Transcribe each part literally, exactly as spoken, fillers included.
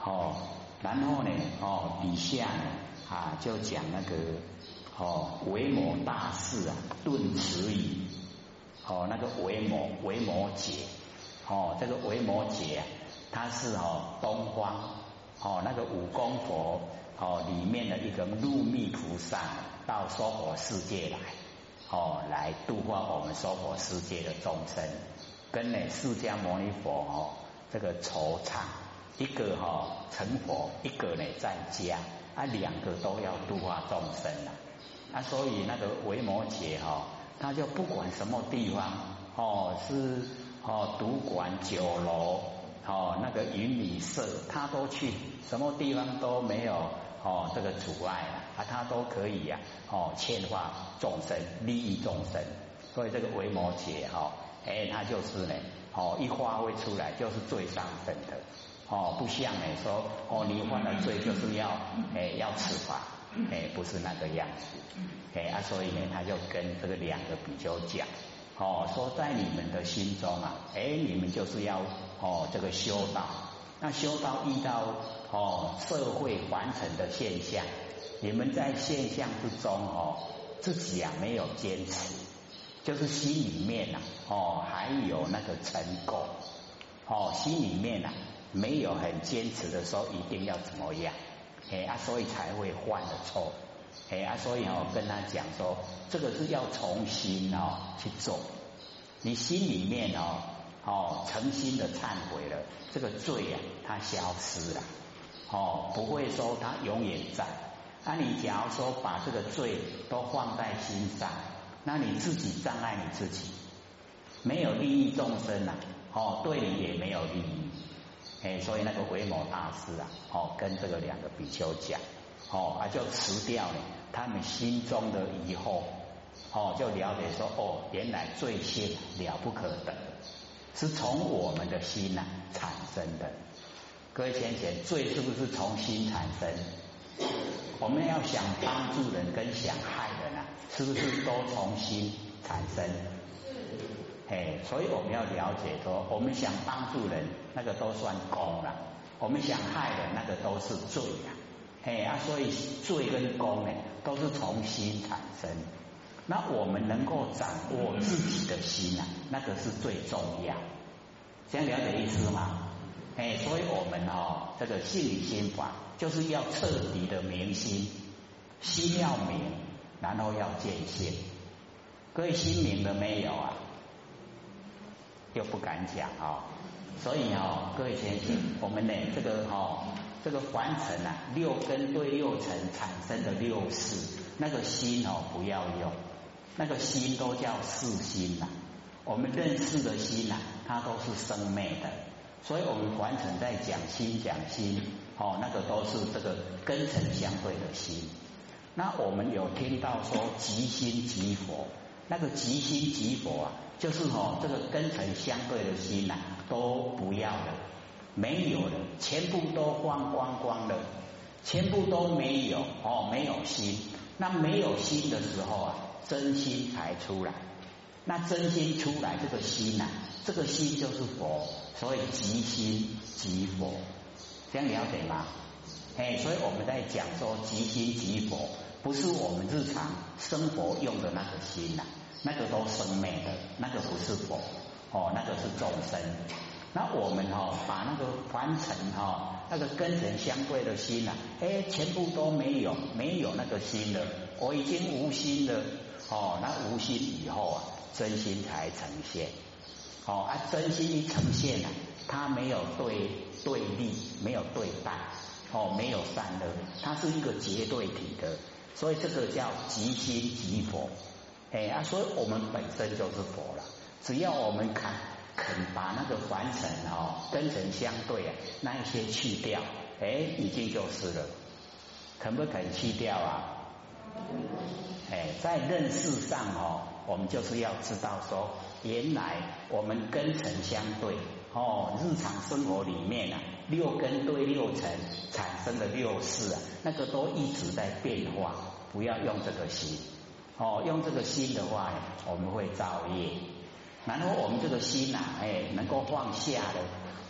哦，然后呢，哦，底下呢啊就讲那个哦，维摩大士啊，顿迟疑。哦，那个维摩维摩诘，哦，这个维摩诘啊，他是哦东方哦那个五功佛哦里面的一个入密菩萨到娑婆世界来，哦来度化我们娑婆世界的众生，跟呢释迦牟尼佛哦这个筹畅，一个哈、哦、成佛，一个呢在家啊，两个都要度化众生啊，啊所以那个维摩诘哈、哦。他就不管什么地方哦，是哦赌馆、酒楼哦那个云旅社，他都去，什么地方都没有哦这个阻碍啊，啊他都可以呀、啊、哦劝化众生，利益众生。所以这个维摩诘哈，哎他就是呢哦一发挥出来就是最上等的哦，不像呢说哦你犯了罪就是要哎要处罚。哎，不是那个样子，哎啊，所以呢，他就跟这个两个比丘讲，哦，说在你们的心中啊，哎，你们就是要哦这个修道，那修道遇到哦社会凡尘的现象，你们在现象之中哦，自己啊没有坚持，就是心里面啊哦还有那个尘垢，哦心里面啊没有很坚持的时候，一定要怎么样？哎啊，所以才会犯的错，哎啊，所以哦跟他讲说，这个是要重新哦去做，你心里面哦哦诚心的忏悔了，这个罪啊它消失了，哦不会说它永远在。啊，你假如说把这个罪都放在心上，那你自己障碍你自己，没有利益众生啊，哦对你也没有利益。哎，所以那个维摩大师啊，哦，跟这个两个比丘讲，哦，啊，就辞掉了他们心中的疑惑，哦，就了解说，哦，原来罪性了不可得，是从我们的心呐、啊、产生的。各位先贤，罪是不是从心产生？我们要想帮助人跟想害人啊，是不是都从心产生？哎，所以我们要了解说，我们想帮助人，那个都算功了；我们想害人，那个都是罪呀。哎啊，所以罪跟功呢，都是从心产生。那我们能够掌握自己的心啊，那个是最重要。这样了解意思吗？哎，所以我们哦，这个心理心法就是要彻底的明心，心要明，然后要见性。各位心明了没有啊？又不敢讲啊、哦，所以哦，各位先生，我们呢这个哦，这个凡尘啊，六根对六尘产生的六识，那个心哦不要用，那个心都叫识心呐、啊。我们认识的心呐、啊，它都是生灭的，所以我们凡尘在讲心讲心哦，那个都是这个根尘相对的心。那我们有听到说即心即佛。那个即心即佛啊，就是哦，这个根尘相对的心呐、啊，都不要了，没有了，全部都放光光了，全部都没有哦，没有心。那没有心的时候啊，真心才出来。那真心出来，这个心呐、啊，这个心就是佛，所以即心即佛，这样了解吗？哎，所以我们在讲说即心即佛。不是我们日常生活用的那个心呐、啊，那个都生灭的，那个不是佛哦，那个是众生。那我们哦，把那个凡尘哈，那个根尘相对的心呐、啊，哎，全部都没有，没有那个心了，我已经无心了哦。那无心以后啊，真心才呈现哦啊，真心一呈现啊，它没有对对立，没有对待哦，没有善恶，它是一个绝对体的。所以这个叫即心即佛，哎啊，所以我们本身就是佛了。只要我们肯肯把那个凡尘哦，根尘相对啊，那一些去掉，哎，已经就是了。肯不肯去掉啊？哎，在认识上哦，我们就是要知道说，原来我们根尘相对哦，日常生活里面啊，六根对六尘产生的六识啊，那个都一直在变化，不要用这个心哦，用这个心的话，我们会造业。然后我们这个心呐、啊，哎，能够放下了，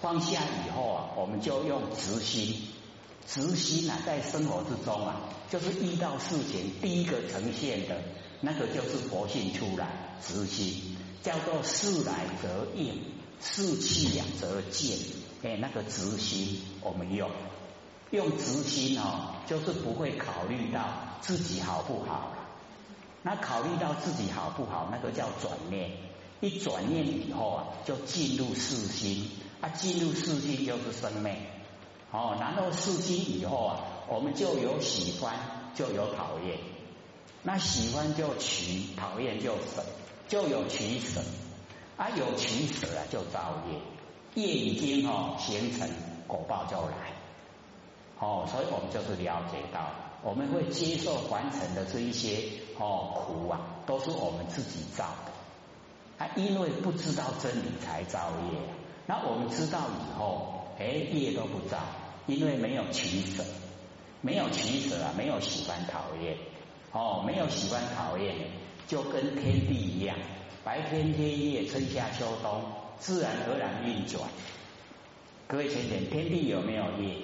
放下以后啊，我们就用直心。直心啊，在生活之中啊，就是遇到事情第一个呈现的那个就是佛性出来，直心叫做事来则应，事去啊则见。哎，那个直心我们用用直心哦，就是不会考虑到自己好不好了。那考虑到自己好不好，那个叫转念。一转念以后啊，就进入事心啊，进入事心就是生灭。哦，然后事心以后啊，我们就有喜欢，就有讨厌。那喜欢就取，讨厌就舍，就有取舍。啊，有取舍啊，就造业。业已经哦形成，果报就来。哦，所以我们就是了解到，我们会接受凡尘的这一些哦苦啊，都是我们自己造的。啊，因为不知道真理才造业。那我们知道以后，哎，业都不造。因为没有取舍，没有取舍啊，没有喜欢讨厌，哦，没有喜欢讨厌，就跟天地一样，白天黑夜，春夏秋冬，自然而然运转。各位浅浅，天地有没有业？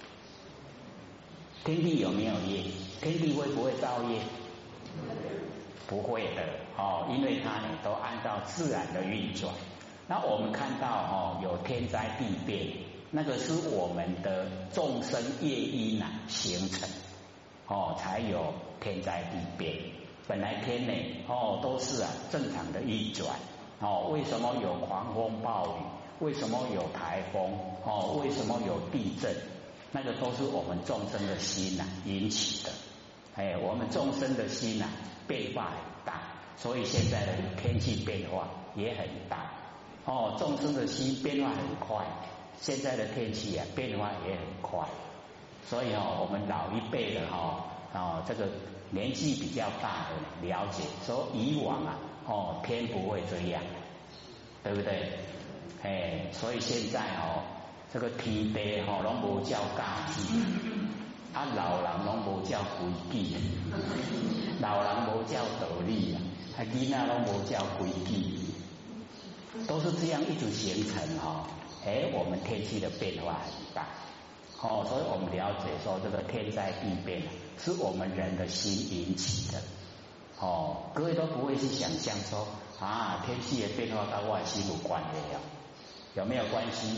天地有没有业？天地会不会造业？不会的哦，因为它呢都按照自然的运转。那我们看到哦，有天灾地变。那个是我们的众生业因啊形成，哦，才有天灾地变。本来天呢，哦，都是啊正常的运转，哦，为什么有狂风暴雨？为什么有台风？哦，为什么有地震？那个都是我们众生的心呐、啊、引起的。哎，我们众生的心呐、啊、变化很大，所以现在的天气变化也很大。哦，众生的心变化很快。现在的天气啊，变化也很快，所以哦，我们老一辈的哈、哦，哦，这个年纪比较大的了解，说以往啊，哦，天不会这样，对不对？哎，所以现在哦，这个天地哦，拢无照假期，啊，老人拢无照规矩，老人无照道理啊，啊，囡仔拢无照规矩，都是这样一直形成哈、哦。哎，我们天气的变化很大，哦，所以我们了解说这个天灾地变是我们人的心引起的，哦，各位都不会去想象说啊，天气的变化跟我的心有关系哦，有没有关系？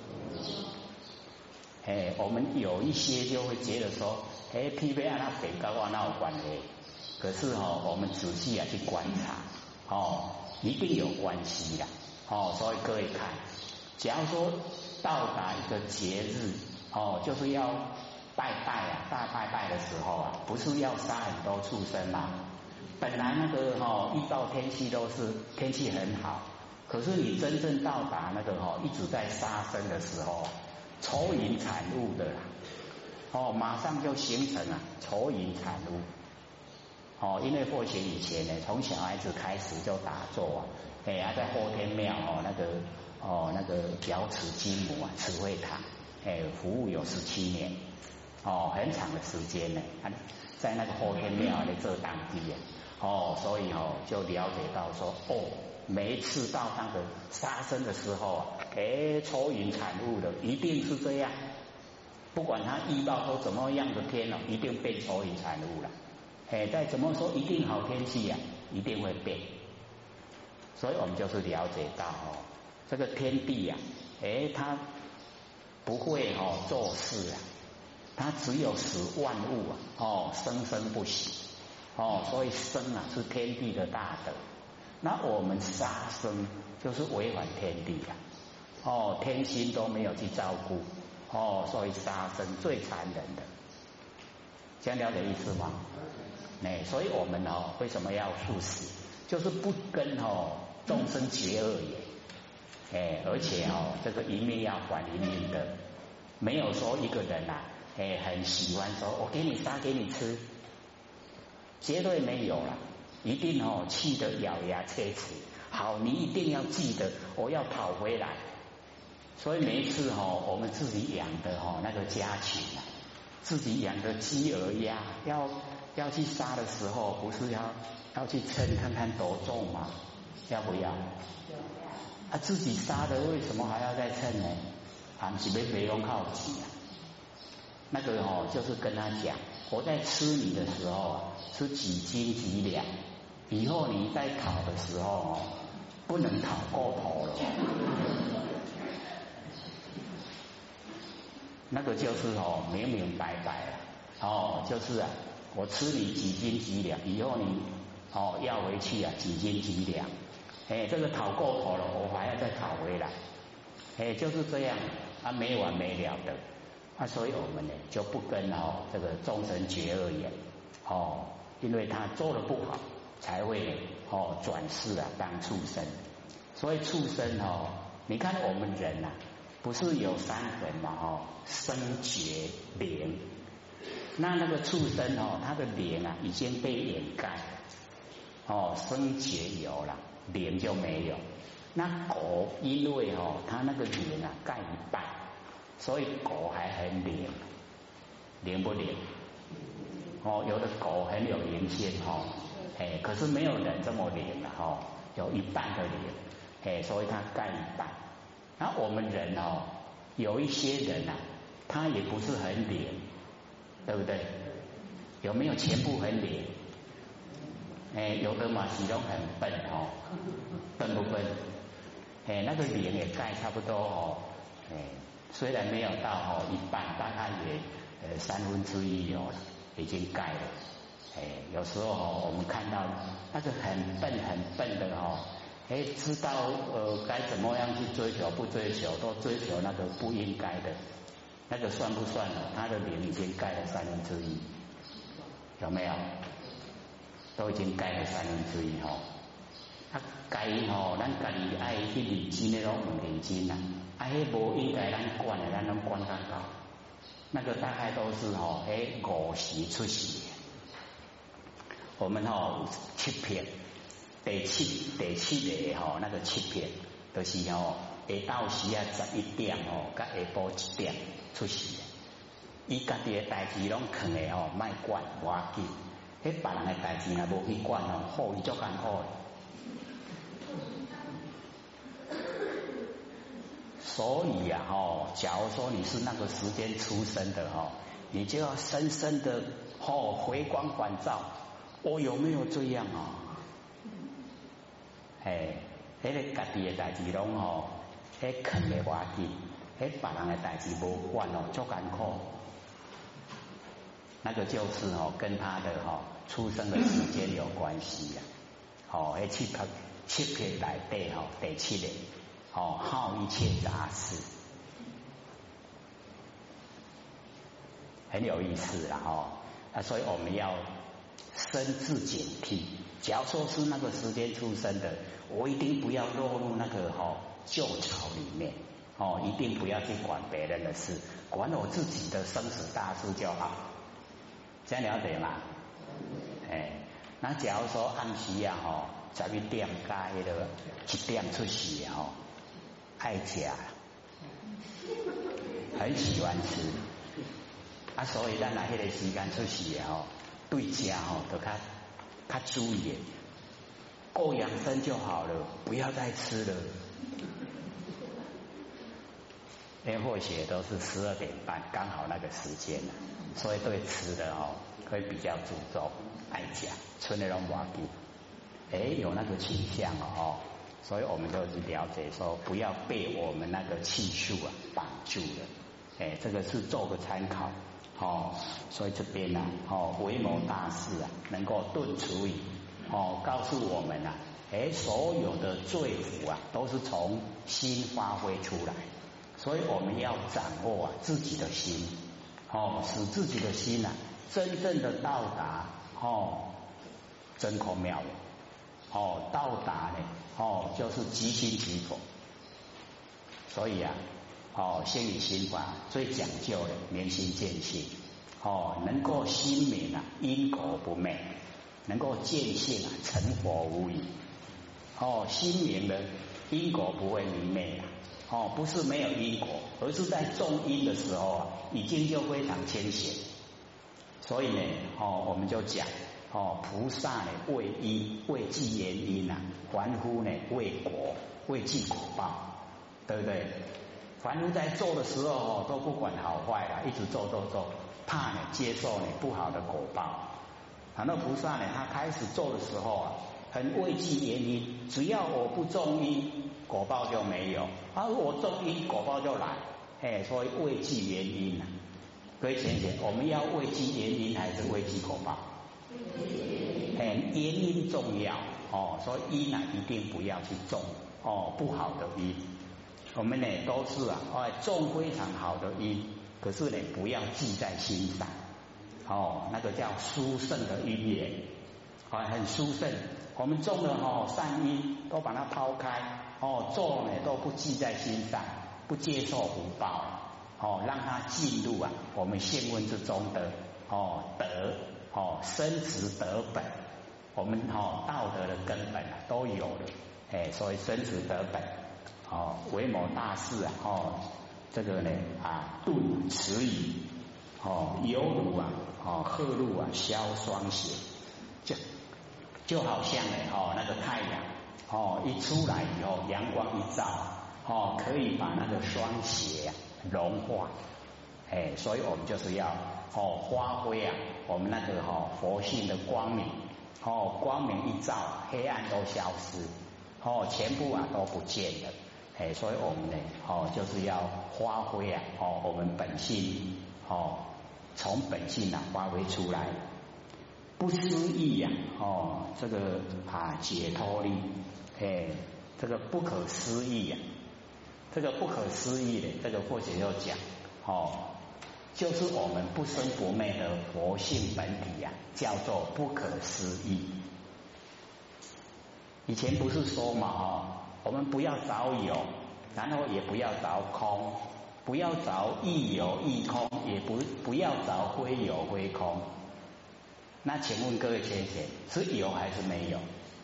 哎，我们有一些就会觉得说，哎，天变啊，变跟我那有关系？可是哦，我们仔细啊去观察，哦，一定有关系的，哦，所以各位看。假如说到达一个节日哦，就是要拜拜啊，大拜拜的时候啊，不是要杀很多畜生吗？本来那个哦，预报天气都是天气很好，可是你真正到达那个哦，一直在杀生的时候，愁云惨雾的啦，哦，马上就形成了愁云惨雾。哦，因为或许以前呢，从小孩子开始就打坐啊，哎呀，在后天庙哦，那个。哦，那个瑶池金母啊，慈惠堂，哎，服务有十七年，哦，很长的时间呢。在那个后天庙的这当地啊，哦，所以哦，就了解到说，哦，每一次到那个杀生的时候啊，哎，愁云惨雾的，一定是这样。不管他预报说怎么样的天哦，一定变愁云惨雾了。哎，再怎么说一定好天气呀、啊，一定会变。所以我们就是了解到哦。这个天地呀、啊，哎，它不会哦做事啊，它只有使万物啊哦生生不息哦，所以生啊是天地的大德。那我们杀生就是违反天地啊，哦，天心都没有去照顾哦，所以杀生最残忍的。这样了解意思吗？哎，所以我们哦为什么要素食？就是不跟哦众生结恶缘。哎，而且哦，这个一命要还一命的，没有说一个人啊，哎，很喜欢说我给你杀给你吃，绝对没有了，一定哦气得咬牙切齿。好，你一定要记得，我要讨回来。所以每一次哦，我们自己养的哦那个家禽啊，自己养的鸡鹅鸭，要要去杀的时候，不是要要去称看看多重吗？要不要？啊，自己杀的为什么还要再称呢？ 还是要别用靠钱啊。那个哦，就是跟他讲，我在吃你的时候啊，是几斤几两，以后你在讨的时候哦，不能讨过头了。那个就是哦，明明白白了哦，就是啊，我吃你几斤几两，以后你哦要回去啊几斤几两，哎，这个讨过头了，我还要再讨回来，哎，就是这样啊，没完没了的。啊，所以我们呢就不跟哦这个众生结恶缘哦，因为他做的不好，才会哦转世啊当畜生。所以畜生哦，你看我们人啊，不是有三魂嘛哦，生觉灵。那那个畜生哦，他的灵啊已经被掩盖，哦，生觉有了，灵就没有。那狗因为哦，它那个灵啊盖一半。所以狗还很灵，灵不灵？哦，有的狗很有灵性哦，哎，可是没有人这么灵了哦，有一半的灵，哎，所以它盖一半。那我们人哦，有一些人啊，他也不是很灵，对不对？有没有全部很灵？哎，有的嘛，其中很笨哦，笨不笨？哎，那个灵也盖差不多哦，哎。虽然没有到哦一半，大概也呃三分之一有了，已经盖了。哎，有时候哦，我们看到那个很笨很笨的哦，哎，知道呃该怎么样去追求，不追求，都追求那个不应该的，那个算不算呢？他的脸已经盖了三分之一，有没有？都已经盖了三分之一哦。啊，该吼，咱家己爱去认真的拢唔认真啦。啊，迄无应该咱管的，咱拢管较高。那个大概都是吼，迄五时出世。我们吼七片，第七第七个吼，那个七片，就是吼下昼时啊十一点吼，甲下晡一点出世。伊家己的代志拢藏的吼，莫管无要紧。迄别人的代志若无去管吼，好伊足艰苦的。所以啊，哦，假如说你是那个时间出生的哦，你就要深深的哦回光返照，我、哦、有没有这样啊？哎，迄个家己的代志拢哦，迄肯的话紧，迄别人的代志无管哦，足艰苦。那个就是哦，跟他的哦出生的时间有关系啊。哦，迄七匹七匹内底哦，第七个。哦，好一切杂事，很有意思啦哦。啊，所以我们要深自警惕。假如说是那个时间出生的，我一定不要落入那个哦旧巢里面哦，一定不要去管别人的事，管我自己的生死大事就好。这样了解吗？哎，那假如说暗时啊吼，十一点加迄个一点出世啊吼。爱吃，很喜欢吃啊，所以咱来迄个时间出世哦，对吃哦都较较注意，够养生就好了，不要再吃了。因为或许都是十二点半，刚好那个时间了，所以对吃的哦会比较注重，爱吃，吃那种瓦吉，哎，有那个倾向哦。所以我们就是了解说，不要被我们那个气数啊绑住了，哎，这个是做个参考哦。所以这边呢、啊，哦，维摩大士啊，能够顿除以哦，告诉我们啊，哎，所有的罪福啊，都是从心发挥出来，所以我们要掌握啊自己的心，哦，使自己的心啊真正的到达哦真空妙有。哦，到达呢，哦，就是即心即佛。所以啊，哦，心理心法最讲究的明心见性，哦，能够心明啊，因果不昧，能够见性啊，成佛无疑。哦，心明了，因果不会迷昧啊。哦，不是没有因果，而是在种因的时候啊，已经就非常清醒。所以呢，哦，我们就讲。哦，菩萨呢为因为记原因啊，凡夫呢为果为记果报，对不对？ 凡夫在做的时候哦，都不管好坏啦，一直做做做，怕呢接受呢不好的果报。啊，那菩萨呢，他开始做的时候啊，很畏惧原因，只要我不种因，果报就没有；啊，我种因，果报就来。哎，所以畏惧原因啊。各位浅浅，我们要畏惧原因还是畏惧果报？哎，原因重要哦，所以因啊一定不要去种哦不好的因。我们呢都是啊，哦种非常好的因，可是呢不要记在心上。哦，那个叫殊胜的因缘，啊很殊胜。我们种了哦善因，都把它抛开，哦做呢都不记在心上，不接受福报，哦让它进入啊我们现问之中的哦德哦生值德本，我们哦道德的根本啊都有了，哎，所以生值德本。哦，为某大事啊，哦，这个呢啊，顿迟疑，哦，犹如啊，哦，鹤鹿啊，消霜雪，就就好像呢，哦，那个太阳，哦，一出来以后，阳光一照，哦，可以把那个霜雪啊融化，哎，所以我们就是要哦发挥啊，我们那个哦佛性的光明，哦，光明一照，黑暗都消失，哦，全部啊都不见了。哎，所以我们呢，哦，就是要发挥啊，哦，我们本性，哦，从本性啊发挥出来，不思议呀、啊，哦，这个啊解脱力，哎，这个不可思议呀、啊，这个不可思议的，这个或者要讲，哦，就是我们不生不灭的佛性本体呀、啊，叫做不可思议。以前不是说嘛，哦。我们不要找有，然后也不要找空，不要找亦有亦空，也不不要找非有非空。那请问各位先生，是有还是没有？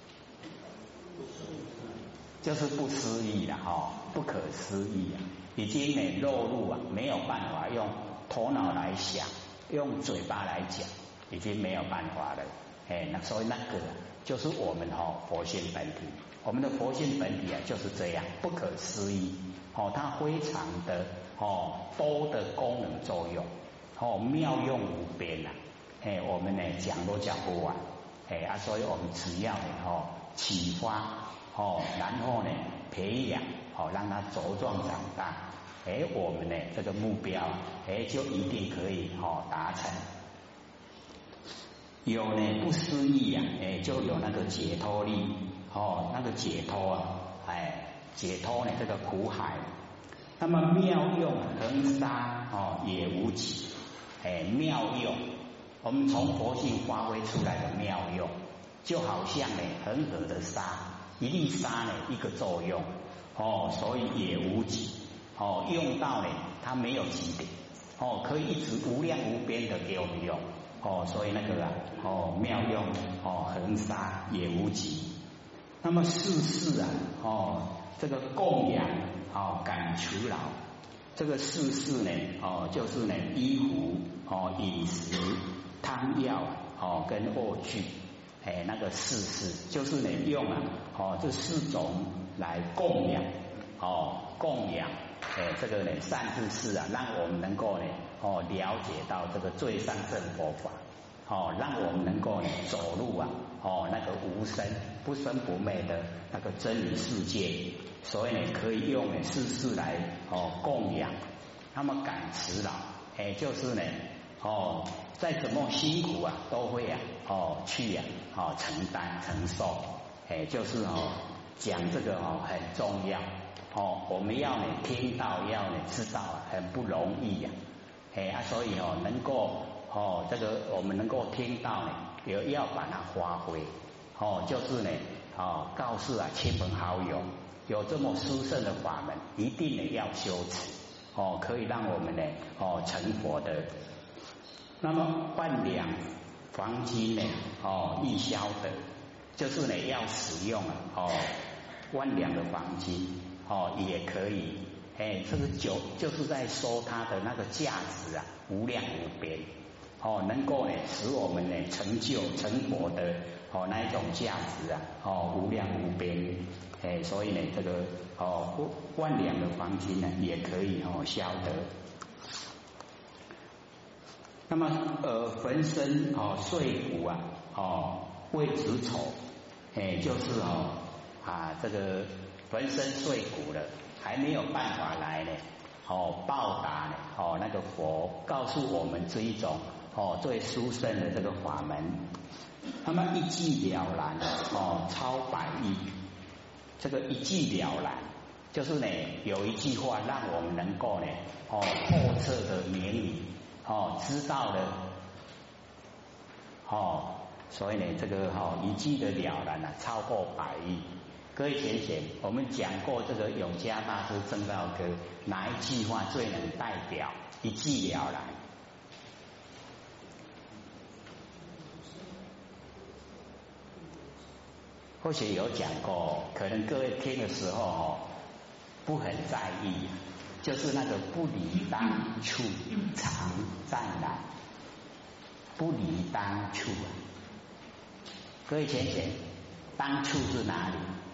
就是不思议了哈、哦，不可思议啊，已经呢落入啊，没有办法用头脑来想，用嘴巴来讲，已经没有办法了。哎，那所以那个就是我们哈、哦、佛性本体。我们的佛性本体啊就是这样不可思议，哦，它非常的哦多的功能作用，哦妙用无边呐、啊，哎，我们呢讲都讲不完，哎啊，所以我们只要呢哦启发哦，然后呢培养哦，让它茁壮长大，哎，我们呢这个目标哎就一定可以哦达成。有呢不思议呀、啊，哎，就有那个解脱力。哦，那个解脱啊，哎，解脱呢这个苦海，那么妙用恒沙哦也无极，哎，妙用，我们从佛性发挥出来的妙用，就好像呢恒河的沙，一粒沙呢一个作用，哦，所以也无极，哦，用到呢它没有极点，哦，可以一直无量无边的给我们用，哦，所以那个啊，哦，妙用，哦，恒沙也无极。那么世事啊，哦，这个供养，哦，感除劳，这个世事呢，哦，就是呢，衣服，哦，饮食，汤药，哦，跟卧具，哎，那个世事就是呢，用啊，哦，这四种来供养，哦，供养，哎，这个呢，善知识啊，让我们能够呢，哦，了解到这个最上乘佛法。哦，让我们能够呢走入啊，哦那个无生不生不灭的那个真理世界，所以呢可以用呢世事来哦供养，那么感慈劳，哎就是呢哦再怎么辛苦啊都会啊哦去啊哦承担承受，哎就是哦讲这个哦很重要哦，我们要呢听到要呢知道啊很不容易呀、啊，哎啊所以哦能够。哦，这个我们能够听到呢，也要把它发挥。哦，就是呢，哦，告诉啊亲朋好友，有这么殊胜的法门，一定呢要修持。哦，可以让我们呢，哦成佛的。那么万两黄金呢，哦易销得，就是呢要使用啊，哦万两的黄金，哦也可以。哎，这个酒就是在说它的那个价值啊，无量无边。哦，能够呢使我们呢成就成佛的哦那一种价值啊，哦无量无边。 哎，所以呢，这个哦万两的黄金呢也可以哦消得。那么呃焚身哦碎骨啊哦未子丑，哎就是哦啊这个焚身碎骨了，还没有办法来呢哦报答呢哦那个佛告诉我们这一种哦最殊胜的这个法门，那么一记了然哦超百亿，这个一记了然就是呢有一句话让我们能够呢哦透彻的明理哦知道了哦，所以呢这个哦一记的了然啊超过百亿。各位浅显，我们讲过这个永嘉大师证道歌哪一句话最能代表一记了然？或许有讲过，可能各位听的时候哦不很在意，就是那个不离当处常湛然，不离当处啊。各位浅显，当处是哪里？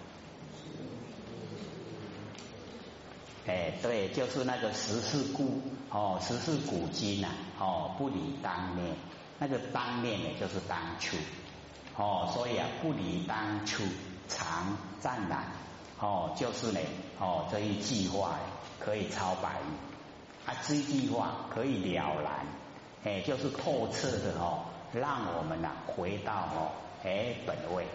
哎，对，就是那个十四故哦，十四古今呐、啊，哦，不离当面，那个当面呢就是当处，哦，所以啊，不离当处常湛然，哦，就是呢，哦，这一句话可以超百亿，啊，这一句话可以了然，哎，就是透彻的哦，让我们呐、啊、回到哦，哎本位。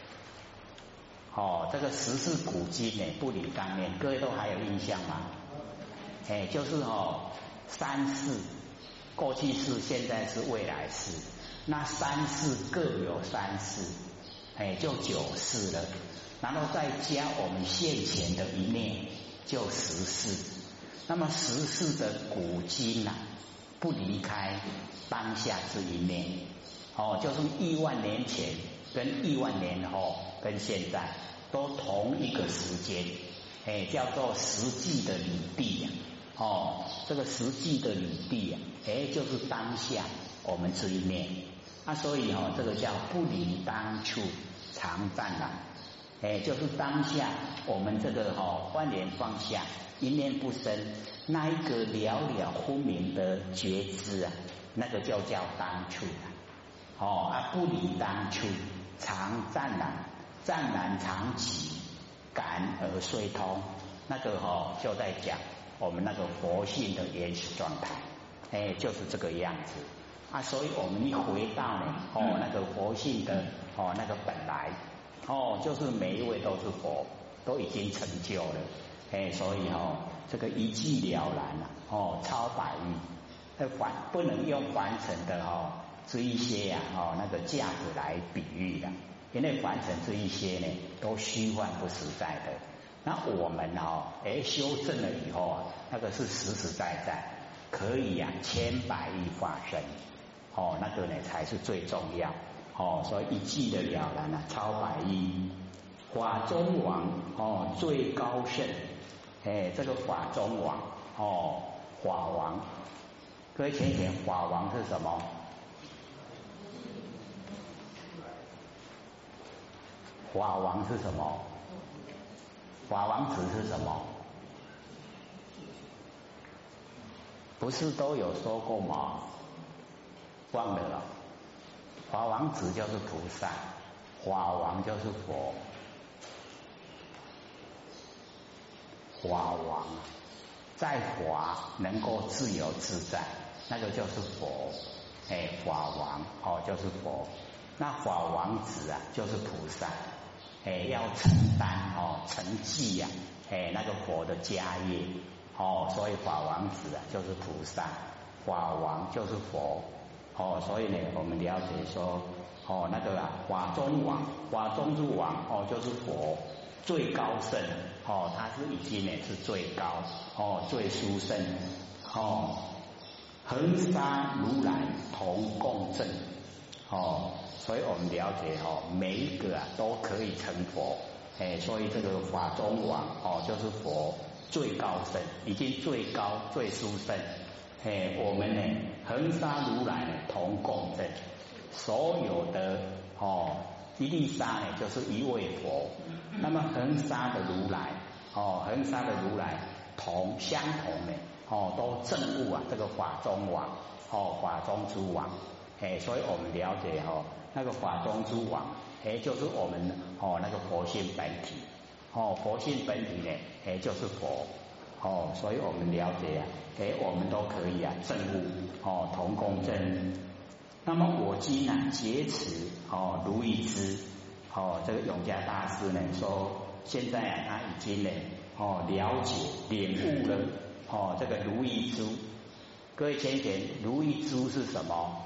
哦，这个十四古今呢，不离当面，各位都还有印象吗？哎，就是哦，三世，过去世、现在是、未来世，那三世各有三世，哎，就九世了。然后再加我们现前的一念，就十世。那么十世的古今呐、啊，不离开当下这一念，哦，就是亿万年前跟亿万年后跟现在。都同一个时间，哎，叫做实际的理地呀、啊。哦，这个实际的理地呀、啊，哎，就是当下我们这一念。啊，所以哦，这个叫不离当处常湛然，哎，就是当下我们这个哦万念放下，一念不生，那一个了了分明的觉知啊，那个就叫当处啊。哦，啊，不离当处常湛然。湛然常寂，感而遂通，那个哦就在讲我们那个佛性的原始状态，哎，就是这个样子啊。所以我们一回到呢，哦，那个佛性的哦那个本来，哦，就是每一位都是佛，都已经成就了，哎，所以哦这个一记了然啊，哦，超百亿，那凡不能用凡尘的哦这一些呀、啊、哦那个价值来比喻的。因为凡尘这一些呢，都虚幻不实在的。那我们哦，哎，修正了以后啊，那个是实实在在，可以啊，千百亿化身，哦，那个呢才是最重要。哦，所以一记的了然啊，超百亿。法中王哦，最高圣，哎，这个法中王哦，法王，各位浅显，法王是什么？法王是什么？法王子是什么？不是都有说过吗？忘了了。法王子就是菩萨，法王就是佛。法王在法能够自由自在，那个就是佛。哎，法王哦就是佛。那法王子啊就是菩萨。哎，要承担哦，承继呀，哎，那个佛的家业哦，所以法王子啊就是菩萨，法王就是佛哦，所以呢，我们了解说哦，那个啊，法中王，法中之王哦，就是佛最高圣哦，他是已经呢是最高哦，最殊胜哦，恒沙如来同共振哦。所以我们了解哦，每一个啊都可以成佛，哎，所以这个法中王哦就是佛最高圣，已经最高最殊胜，哎，我们呢恒沙如来呢同共振，所有的哦一粒沙呢就是一位佛，那么恒沙的如来哦，恒沙的如来同相同的哦，都证悟啊这个法中王哦，法中诸王，哎，所以我们了解哦，那个法中诸王，哎，就是我们哦那个佛性本体哦，佛性本体呢，哎就是佛哦，所以我们了解啊，哎，我们都可以啊证悟哦，同共振。那么我今啊劫持哦如意之哦，这个永嘉大师呢说，现在啊他已经呢哦了解领悟了哦这个如意珠。各位先贤，如意珠是什么？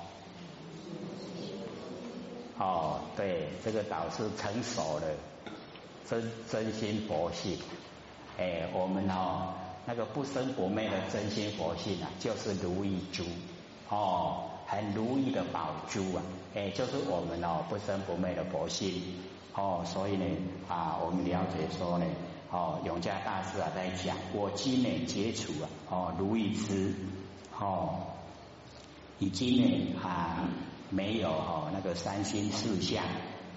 哦，对，这个导师成熟了，真真心佛性。哎，我们哦那个不生不灭的真心佛性啊，就是如意珠哦。很如意的宝珠啊，哎，就是我们哦不生不灭的佛性哦，所以呢啊，我们了解说呢，哦，永嘉大师啊在讲，我今呢解除啊，哦如意之哦，已经呢啊没有哦那个三心四相